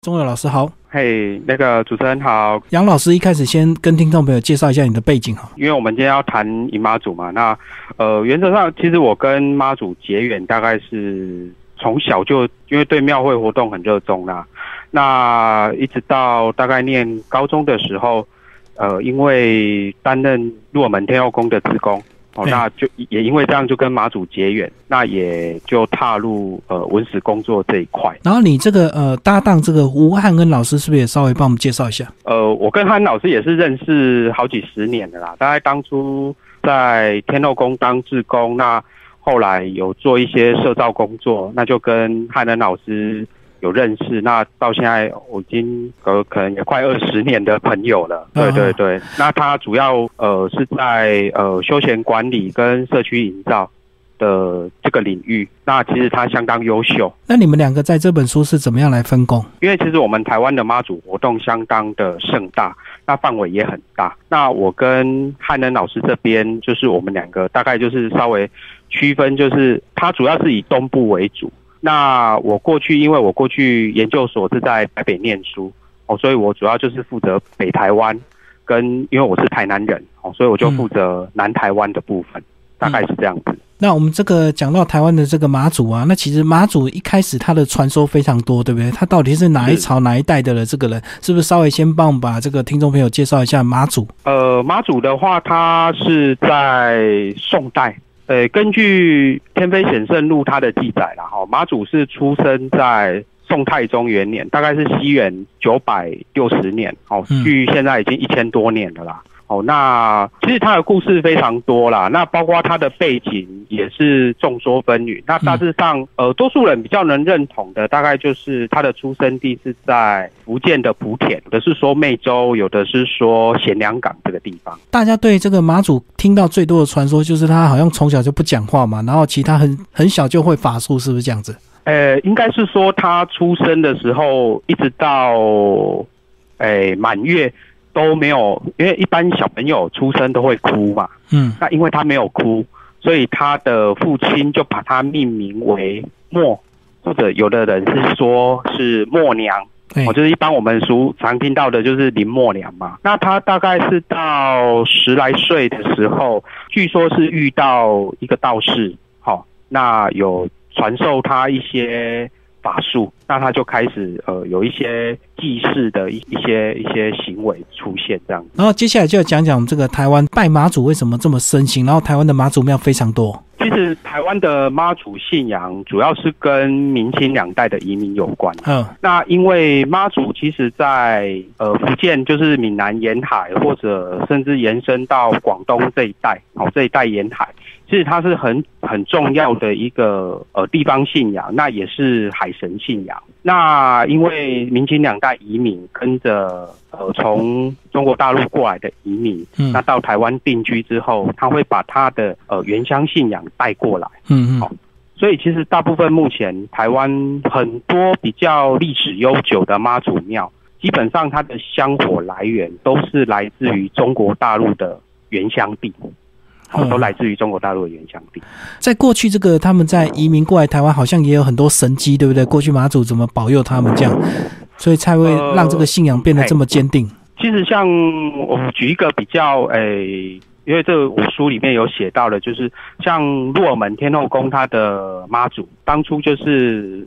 钟友老师好。 嘿，那个主持人好。 杨老师一开始先跟听众朋友介绍一下你的背景哈。 因为我们今天要谈迎妈祖嘛，那原则上其实我跟妈祖结缘大概是从小就因为对庙会活动很热衷啦，那一直到大概念高中的时候，因为担任鹿耳门天后宫的志工。那就也因为这样就跟妈祖结缘，那也就踏入文史工作这一块。 然后你这个搭档这个吴汉恩老师是不是也稍微帮我们介绍一下？ 我跟汉老师也是认识好几十年的啦，大概当初在天后宫当志工，那后来有做一些社造工作，那就跟汉恩老师有认识，那到现在我已经可能也快20年的朋友了。对对对，那他主要是在休闲管理跟社区营造的这个领域，那其实他相当优秀。 那你们两个在这本书是怎么样来分工？ 因为其实我们台湾的妈祖活动相当的盛大，那范围也很大。那我跟汉恩老师这边，就是我们两个大概就是稍微区分，就是他主要是以东部为主。那因为我过去研究所是在台北念书所以我主要就是负责北台湾，因为我是台南人所以我就负责南台湾的部分，大概是这样子。 那我们这个讲到台湾的这个妈祖啊，那其实妈祖一开始他的传说非常多，对不对？他到底是哪一朝哪一代的这个人？是不是稍微先帮我们把这个听众朋友介绍一下妈祖？ 妈祖的话，他是在宋代。根据《天妃显圣录》它的记载啦，妈祖是出生在宋太宗元年，大概是西元960年，距现在已经1000多年了啦。那其实他的故事非常多啦，那包括他的背景也是众说纷纭。那大致上，多数人比较能认同的，大概就是他的出生地是在福建的莆田，有的是说湄洲，有的是说咸良港这个地方。 大家对这个妈祖听到最多的传说，就是他好像从小就不讲话嘛，然后其他很小就会法术，是不是这样子？ 应该是说他出生的时候，一直到满月。都没有，因为一般小朋友出生都会哭嘛，那因为他没有哭，所以他的父亲就把他命名为默，或者有的人是说是默娘，就是一般我们常听到的就是林默娘嘛。那他大概是到10来岁的时候，据说是遇到一个道士，那有传授他一些法术，那他就开始有一些祭祀的一些行为出现这样子。 然后接下来就要讲讲这个台湾拜妈祖为什么这么盛行，然后台湾的妈祖庙非常多。 其实台湾的妈祖信仰主要是跟明清2代的移民有关。那因为妈祖其实在福建就是闽南沿海，或者甚至延伸到广东这一带沿海，其实它是很重要的一个地方信仰，那也是海神信仰。那因为明清2代移民跟着从中国大陆过来的移民，那到台湾定居之后，他会把他的原乡信仰带过来。所以其实大部分目前台湾很多比较历史悠久的妈祖庙，基本上它的香火来源都是来自于中国大陆的原乡地。都来自于中国大陆的原乡地。 在过去这个他们在移民过来台湾，好像也有很多神迹，对不对？过去妈祖怎么保佑他们这样，所以才会让这个信仰变得这么坚定。 其实像我们举一个比较因为这个我书里面有写到的，就是像鹿耳门天后宫它的妈祖，当初就是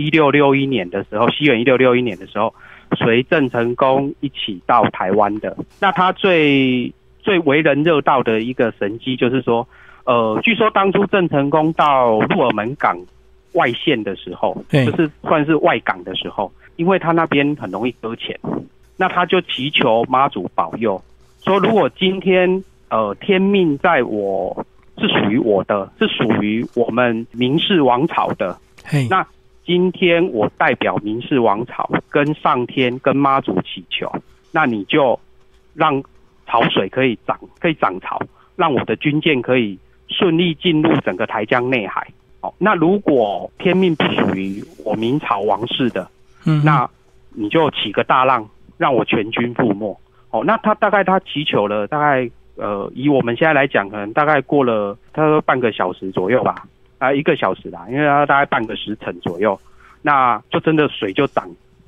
1661年的时候，西元1661年的时候，随郑成功一起到台湾的。那他最为人热道的一个神迹，就是说，据说当初郑成功到鹿耳门港外线的时候，就是算是外港的时候，因为他那边很容易搁浅，那他就祈求妈祖保佑，说如果今天天命在我是属于我的，是属于我们明氏王朝的，那今天我代表明氏王朝跟上天跟妈祖祈求，那你就让潮水可以涨潮，让我的军舰可以顺利进入整个台江内海。那如果天命不属于我明朝王室的，那你就起个大浪，让我全军覆没。那他大概他祈求了大概以我们现在来讲，可能大概过了他说半个小时左右吧，1个小时啦，因为他大概半个时辰左右，那就真的水就涨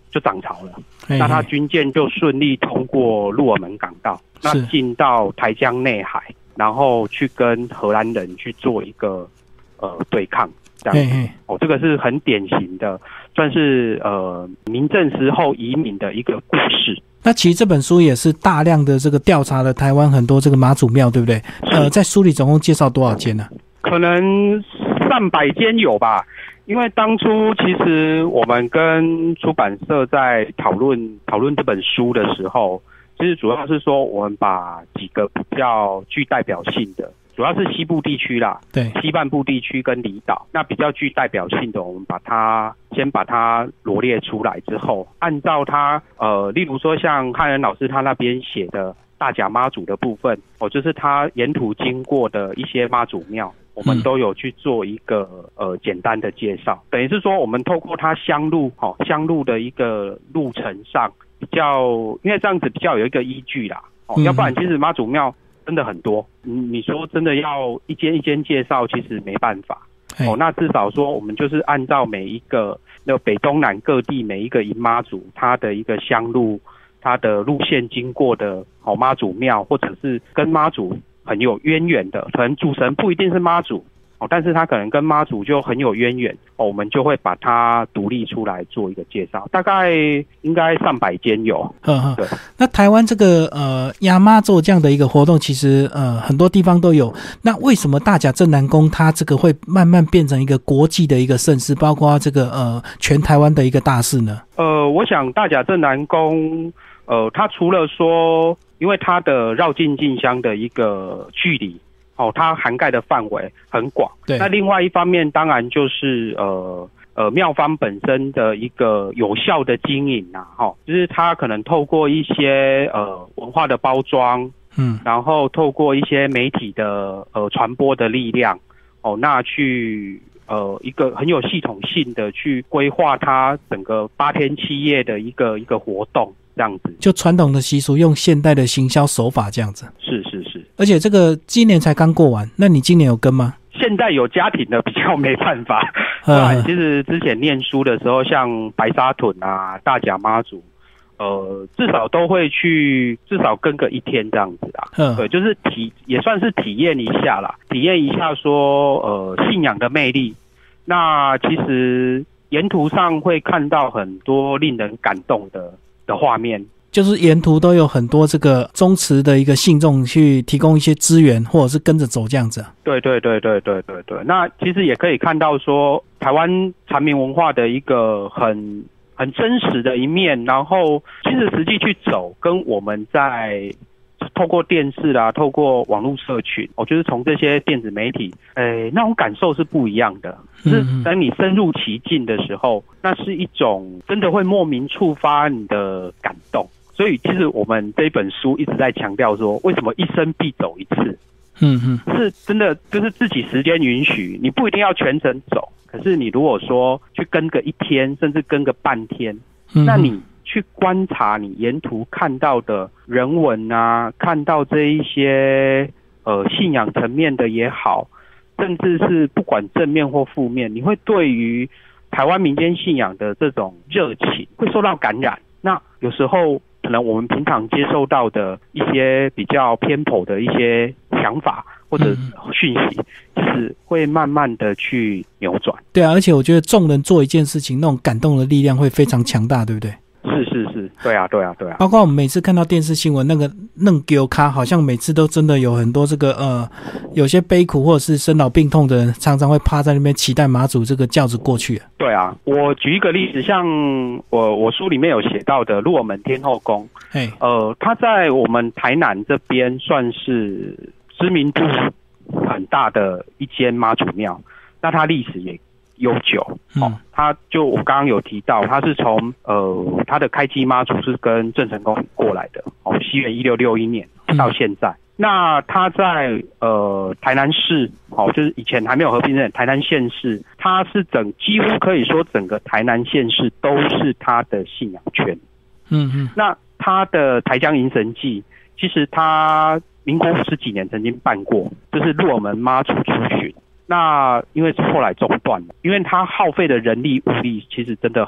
就涨潮了，那它军舰就顺利通过鹿耳门港道，那进到台江内海，然后去跟荷兰人去做一个对抗，这样子。这个是很典型的，算是明郑时候移民的一个故事。 那其实这本书也是大量的这个调查了台湾很多这个妈祖庙，对不对？在书里总共介绍多少间呢？ 可能上百间有吧。因为当初其实我们跟出版社在讨论这本书的时候，其实主要是说我们把几个比较具代表性的，主要是西部地区啦，对，西半部地区跟离岛，那比较具代表性的，我们先把它罗列出来之后，按照它例如说像汉仁老师他那边写的大甲妈祖的部分，就是他沿途经过的一些妈祖庙。我们都有去做一个简单的介绍，等于是说我们透过它乡路的一个路程上比较，因为这样子比较有一个依据啦，要不然其实妈祖庙真的很多，你说真的要一间一间介绍，其实没办法。那至少说我们就是按照每一个那北中南各地每一个迎妈祖它的一个乡路，它的路线经过的妈祖庙，或者是跟妈祖很有渊源的，可能主神不一定是妈祖，但是他可能跟妈祖就很有渊源，我们就会把它独立出来做一个介绍，大概应该上百间有。对， 那台湾这个亚妈做这样的一个活动，其实很多地方都有。那为什么大甲镇南宫它这个会慢慢变成一个国际的一个盛事，包括这个全台湾的一个大事呢？ 我想大甲镇南宫它除了说因为它的绕境进香的一个距离，它涵盖的范围很广。对，那另外一方面当然就是庙方本身的一个有效的经营啊，就是它可能透过一些文化的包装，然后透过一些媒体的传播的力量，那去一个很有系统性的去规划它整个8天7夜的一个活动。这样子，就传统的习俗用现代的行销手法这样子。 是， 而且这个今年才刚过完，那你今年有跟吗？ 现在有家庭的比较没办法。其实之前念书的时候，像白沙屯啊、大甲妈祖，至少都会去，至少跟个1天这样子啊。对，就是也算是体验一下啦，体验一下说信仰的魅力。那其实沿途上会看到很多令人感动的画面， 就是沿途都有很多这个宗祠的一个信众去提供一些资源，或者是跟着走这样子。 对。那其实也可以看到说台湾禅民文化的一个很真实的一面，然后其实实际去走，跟我们在透过电视啦，透过网络社群，就是从这些电子媒体，那种感受是不一样的。就是等你深入其境的时候，那是一种真的会莫名触发你的感动。所以其实我们这本书一直在强调说，为什么一生必走一次？是真的，就是自己时间允许，你不一定要全程走，可是你如果说去跟个1天，甚至跟个半天，那你去观察你沿途看到的人文啊，看到这一些信仰层面的也好，甚至是不管正面或负面，你会对于台湾民间信仰的这种热情会受到感染。那有时候可能我们平常接受到的一些比较偏颇的一些想法或者讯息，就是会慢慢的去扭转。 对啊，而且我觉得众人做一件事情，那种感动的力量会非常强大，对不对？ 是，对啊。 包括我们每次看到电视新闻，那个弄丢咖，好像每次都真的有很多这个有些悲苦或者是生老病痛的人，常常会趴在那边期待妈祖这个轿子过去。 对啊，我举一个例子，像我书里面有写到的鹿耳门天后宫，它在我们台南这边算是知名度很大的一间妈祖庙，那它历史也悠久。它就我刚刚有提到，它是从它的开基妈祖是跟郑成功过来的，西元1661年到现在。那它在台南市，就是以前还没有合并的台南县市，它是几乎可以说整个台南县市都是它的信仰圈。那它的台江迎神祭，其实它民国50几年曾经办过，就是鹿耳门妈祖出巡。那因为后来中断了，因为它耗费的人力物力其实真的很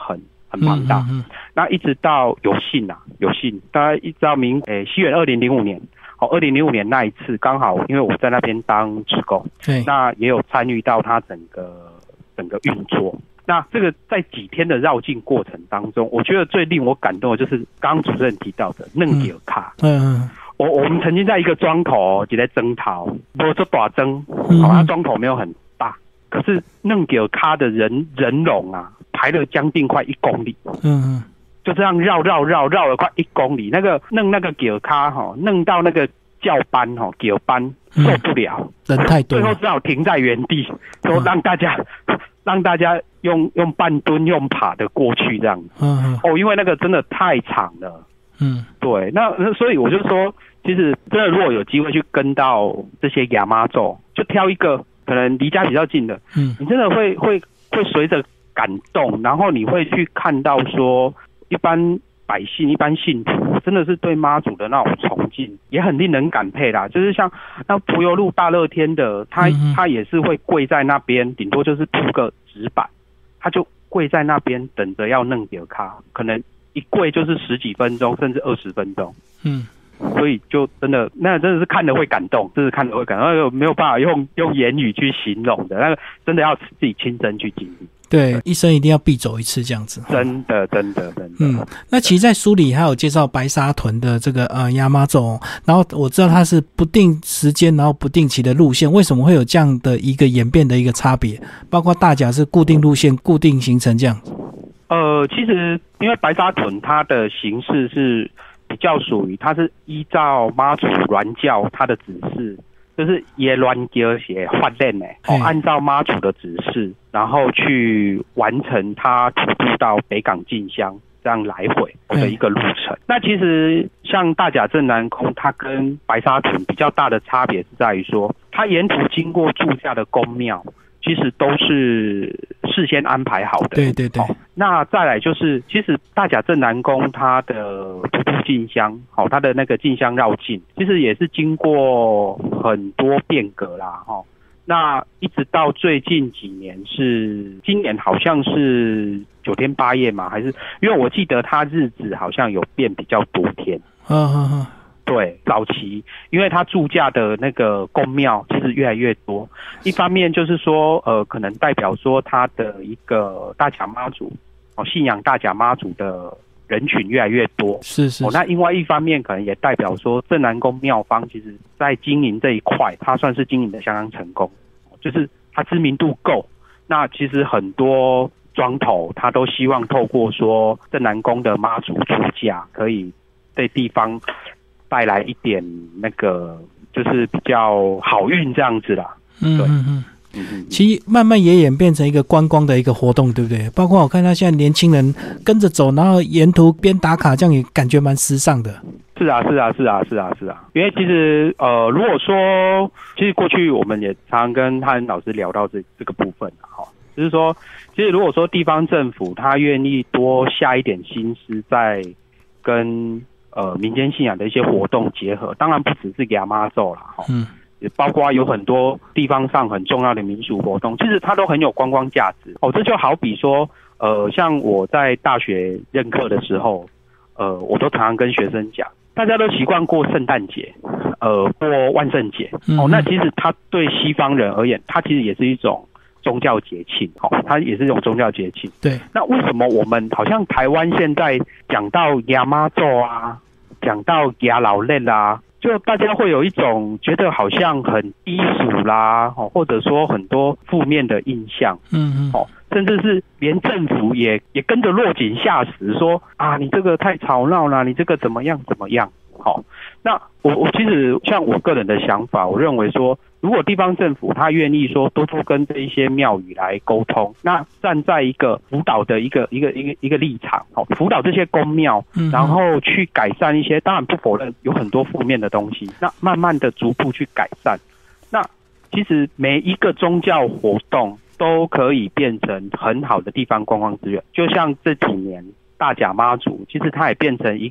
很庞大。那一直到有幸，大概一直到西元2005年，2005年那一次刚好因为我在那边当职工， 对， 那也有参与到它整个运作。那这个在几天的绕境过程当中，我觉得最令我感动的就是刚刚主任提到的嫩球卡。我们曾经在一个庄头就在征讨，不是说大征，它庄头没有很大，可是嫩球卡的人龙啊，排了将近快1公里。就这样绕了快1公里，那个球卡弄到那个教班球班受不了， 人太多， 最后只好停在原地，说让大家用半蹲用爬的过去这样。因为那个真的太长了。对，那所以我就说，其实真的如果有机会去跟到这些亚妈咒，就挑一个可能离家比较近的，你真的会随着感动，然后你会去看到说一般百姓、一般信徒真的是对妈祖的那种崇敬，也很令人感佩啦。就是像那福佑路大乐天的，他也是会跪在那边，顶多就是铺个纸板，他就跪在那边等着要弄点卡，可能一跪就是10几分钟，甚至20分钟。所以就真的是看了会感动，没有办法用言语去形容的，那个真的要自己亲身去经历。 对，一生一定要必走一次这样子。 真的。 那其实在书里还有介绍白沙屯的这个亚妈咒，然后我知道它是不定时间，然后不定期的路线，为什么会有这样的一个演变的一个差别？包括大甲是固定路线、固定行程这样。 其实因为白沙屯它的形式是比较属于，它是依照妈祖銮教它的指示，就是也銮教也发练的按照妈祖的指示，然后去完成它徒步到北港进香这样来回的一个路程。那其实像大甲镇南宫，它跟白沙屯比较大的差别是在于说，它沿途经过驻驾的宫庙，其实都是事先安排好的。 对。 那再来就是，其实大甲镇南宫它的徒步进香，它的那个进香绕境，其实也是经过很多变革啦，那一直到最近几年今年好像是9天8夜嘛，还是因为我记得它日子好像有变比较多天。对，早期因为他驻驾的那个宫庙其实越来越多，一方面就是说可能代表说他的一个大甲妈祖信仰大甲妈祖的人群越来越多， 是那另外一方面可能也代表说镇南宫庙方其实在经营这一块，他算是经营的相当成功，就是他知名度够。那其实很多庄头他都希望透过说镇南宫的妈祖出驾，可以对地方带来一点那个就是比较好运这样子啦。 其实慢慢也演变成一个观光的一个活动，对不对？包括我看到现在年轻人跟着走，然后沿途边打卡，这样也感觉蛮时尚的。 是啊。因为其实如果说，其实过去我们也常常跟汉恩老师聊到这个部分就是说，其实如果说地方政府他愿意多下一点心思在跟民间信仰的一些活动结合，当然不只是亚妈咒啦，也包括有很多地方上很重要的民俗活动，其实它都很有观光价值。这就好比说，像我在大学任课的时候，我都常常跟学生讲，大家都习惯过圣诞节，过万圣节，那其实它对西方人而言，它其实也是一种宗教节庆，它也是一种宗教节庆。 对。那为什么我们好像台湾现在讲到亚妈咒啊，讲到亚老练啊，就大家会有一种觉得好像很低俗啦，或者说很多负面的印象，甚至是连政府也跟着落井下石，说啊你这个太吵闹啦，你这个怎么样。那我其实像我个人的想法，我认为说，如果地方政府他愿意说多跟这一些庙宇来沟通，那站在一个辅导的一个立场，辅导这些宫庙，然后去改善一些，当然不否认有很多负面的东西，那慢慢的逐步去改善。那其实每一个宗教活动都可以变成很好的地方观光资源，就像这几年大甲妈祖，其实它也变成一个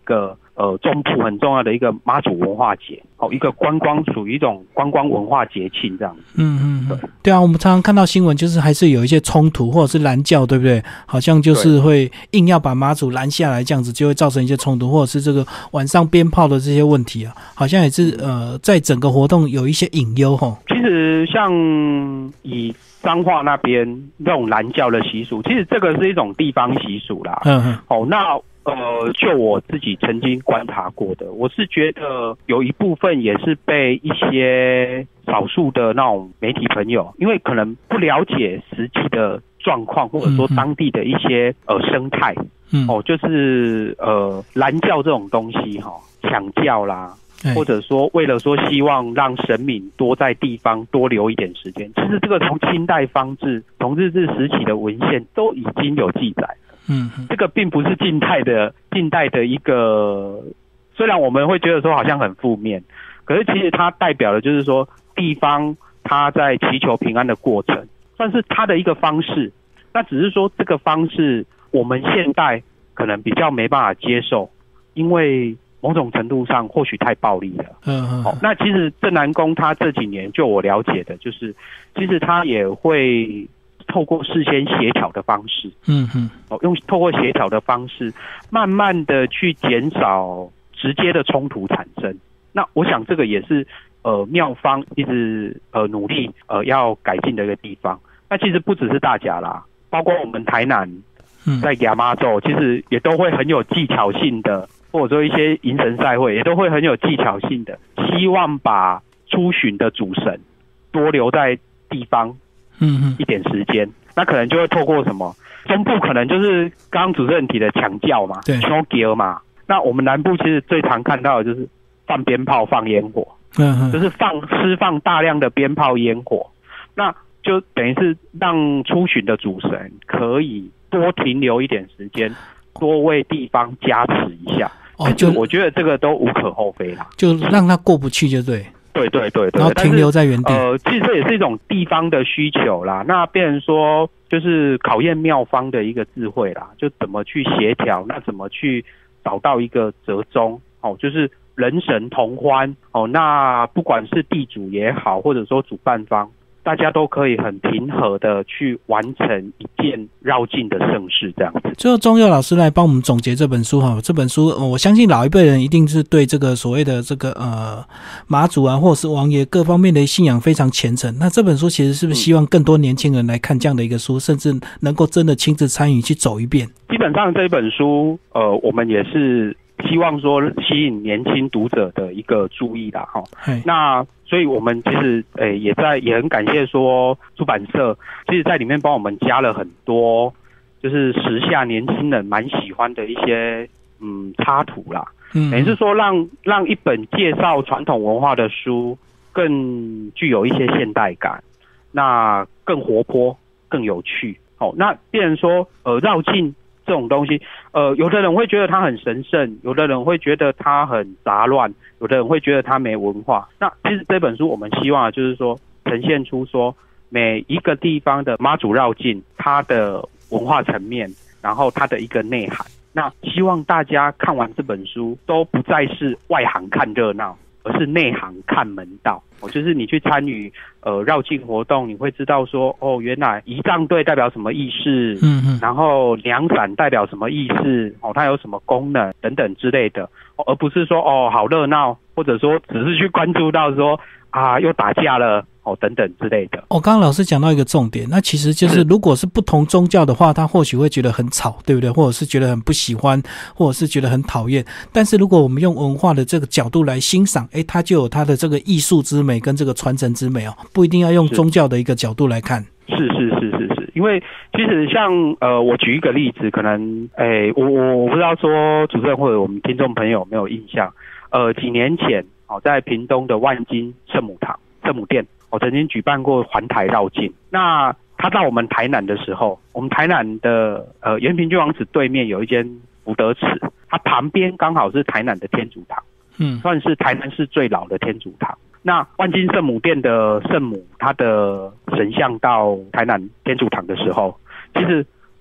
中部很重要的一个妈祖文化节，一个属于一种观光文化节庆这样子。 对啊，我们常常看到新闻，就是还是有一些冲突或者是拦轿，对不对？好像就是会硬要把妈祖拦下来，这样子就会造成一些冲突，或者是这个晚上鞭炮的这些问题啊，好像也是在整个活动有一些隐忧齁。 其实像以彰化那边那种拦轿的习俗，其实这个是一种地方习俗啦。那就我自己曾经观察过的，我是觉得有一部分也是被一些少数的那种媒体朋友，因为可能不了解实际的状况，或者说当地的一些生态，就是拦轿这种东西抢轿啦。或者说为了说希望让神明多在地方多留一点时间，其实这个从清代方志、从日治时期的文献都已经有记载。这个并不是近代的一个，虽然我们会觉得说好像很负面，可是其实它代表的就是说地方它在祈求平安的过程，算是它的一个方式。那只是说这个方式我们现代可能比较没办法接受，因为某种程度上或许太暴力了。那其实镇南宫它这几年就我了解的，就是其实它也会透过事先协调的方式，透过协调的方式，慢慢的去减少直接的冲突产生。那我想这个也是庙方一直努力要改进的一个地方。那其实不只是大甲啦，包括我们台南，在亚妈咒，其实也都会很有技巧性的。或者说一些迎神赛会也都会很有技巧性的，希望把出巡的主神多留在地方一点时间。那可能就会透过什么，中部可能就是刚刚主持人提的抢轿嘛， 对， 抢轿嘛。那我们南部其实最常看到的就是放鞭炮、放烟火，就是释放大量的鞭炮、烟火，那就等于是让出巡的主神可以多停留一点时间，多为地方加持一下。就我觉得这个都无可厚非啦， 就让他过不去就对。 对， 然后停留在原地。 其实这也是一种地方的需求啦。那变成说，就是考验庙方的一个智慧啦，就怎么去协调，那怎么去找到一个折中，就是人神同欢。那不管是地主也好，或者说主办方，大家都可以很平和的去完成一件绕境的盛事，这样子。 最后钟佑老师来帮我们总结这本书哈。这本书我相信老一辈人一定是对这个所谓的这个妈祖啊，或者是王爷各方面的信仰非常虔诚。那这本书其实是不是希望更多年轻人来看这样的一个书，甚至能够真的亲自参与去走一遍？ 基本上这本书我们也是希望说吸引年轻读者的一个注意啦齁。那所以我们其实也很感谢说出版社，其实在里面帮我们加了很多就是时下年轻人蛮喜欢的一些插图啦。等于是说让一本介绍传统文化的书更具有一些现代感，那更活泼更有趣。那变成说绕境这种东西，有的人会觉得它很神圣，有的人会觉得它很杂乱，有的人会觉得它没文化。那其实这本书我们希望就是说呈现出说每一个地方的妈祖绕境它的文化层面，然后它的一个内涵。那希望大家看完这本书都不再是外行看热闹，而是内行看门道。就是你去参与绕境活动，你会知道说原来仪仗队代表什么意思，然后凉伞代表什么意思，它有什么功能等等之类的，而不是说好热闹，或者说只是去关注到说又打架了等等之类的。 刚刚老师讲到一个重点，那其实就是如果是不同宗教的话，他或许会觉得很吵，对不对？或者是觉得很不喜欢，或者是觉得很讨厌。但是如果我们用文化的这个角度来欣赏，它就有它的这个艺术之美跟这个传承之美不一定要用宗教的一个角度来看。 是，因为其实像我举一个例子，可能我不知道说主持人或者我们听众朋友有没有印象，几年前在屏东的万金圣母殿我曾经举办过环台绕境。那他到我们台南的时候，我们台南的延平君王祠对面有一间福德祠，它旁边刚好是台南的天主堂，算是台南市最老的天主堂。那万金圣母殿的圣母，她的神像到台南天主堂的时候，其实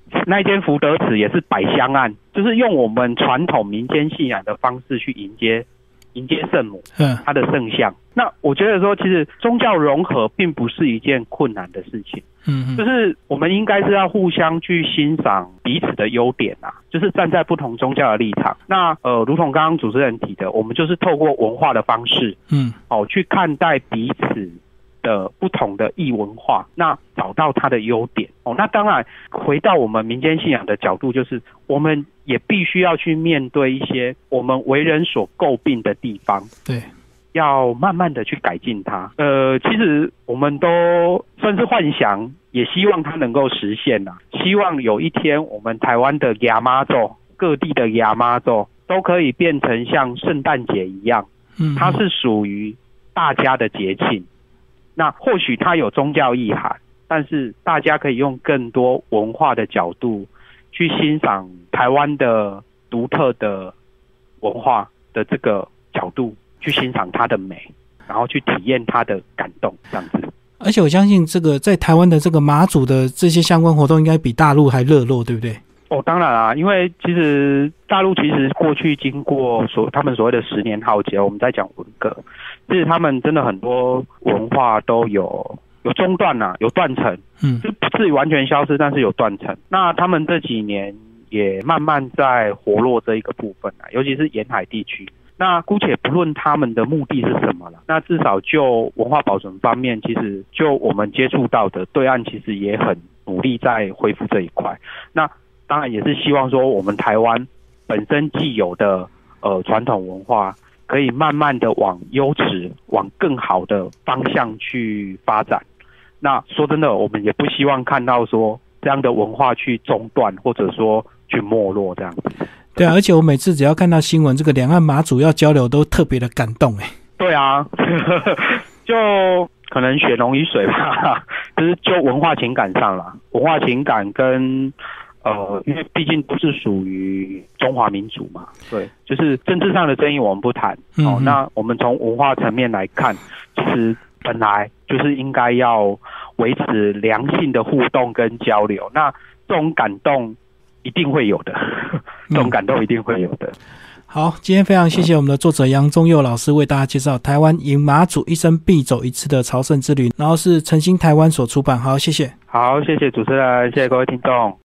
那一间福德祠也是百香案，就是用我们传统民间信仰的方式去迎接圣母，她的圣像。那我觉得说，其实宗教融合并不是一件困难的事情，就是我们应该是要互相去欣赏彼此的优点啊，就是站在不同宗教的立场。那如同刚刚主持人提的，我们就是透过文化的方式，去看待彼此的不同的异文化，那找到它的优点。那当然回到我们民间信仰的角度，就是我们也必须要去面对一些我们为人所诟病的地方，对，要慢慢的去改进它。其实我们都算是幻想，也希望它能够实现啊。希望有一天我们台湾的亚妈祖，各地的亚妈祖都可以变成像圣诞节一样，它是属于大家的节庆。那或许它有宗教意涵，但是大家可以用更多文化的角度去欣赏台湾的独特的文化的这个角度，去欣赏它的美，然后去体验它的感动，这样子。 而且我相信这个在台湾的这个马祖的这些相关活动应该比大陆还热络，对不对？ 当然啦，因为其实大陆其实过去经过他们所谓的10年浩劫，我们在讲文革，其实他们真的很多文化都有中断啊，有断层，就不至于完全消失，但是有断层。那他们这几年也慢慢在活络这一个部分啊，尤其是沿海地区。那姑且不论他们的目的是什么了，那至少就文化保存方面，其实就我们接触到的对岸其实也很努力在恢复这一块。那当然也是希望说我们台湾本身既有的传统文化可以慢慢的往优质往更好的方向去发展。那说真的，我们也不希望看到说这样的文化去中断，或者说去没落这样子。 对啊，而且我每次只要看到新闻这个两岸马祖要交流都特别的感动。 对啊就可能血浓于水吧，就是就文化情感上啦，文化情感跟因为毕竟都是属于中华民族嘛，对，就是政治上的争议我们不谈，那我们从文化层面来看，其实本来就是应该要维持良性的互动跟交流，那这种感动一定会有的，这种感动一定会有的。 好，今天非常谢谢我们的作者杨宗佑老师为大家介绍台湾迎马祖一生必走一次的朝圣之旅，然后是诚心台湾所出版。好，谢谢。 好，谢谢主持人，谢谢各位听众。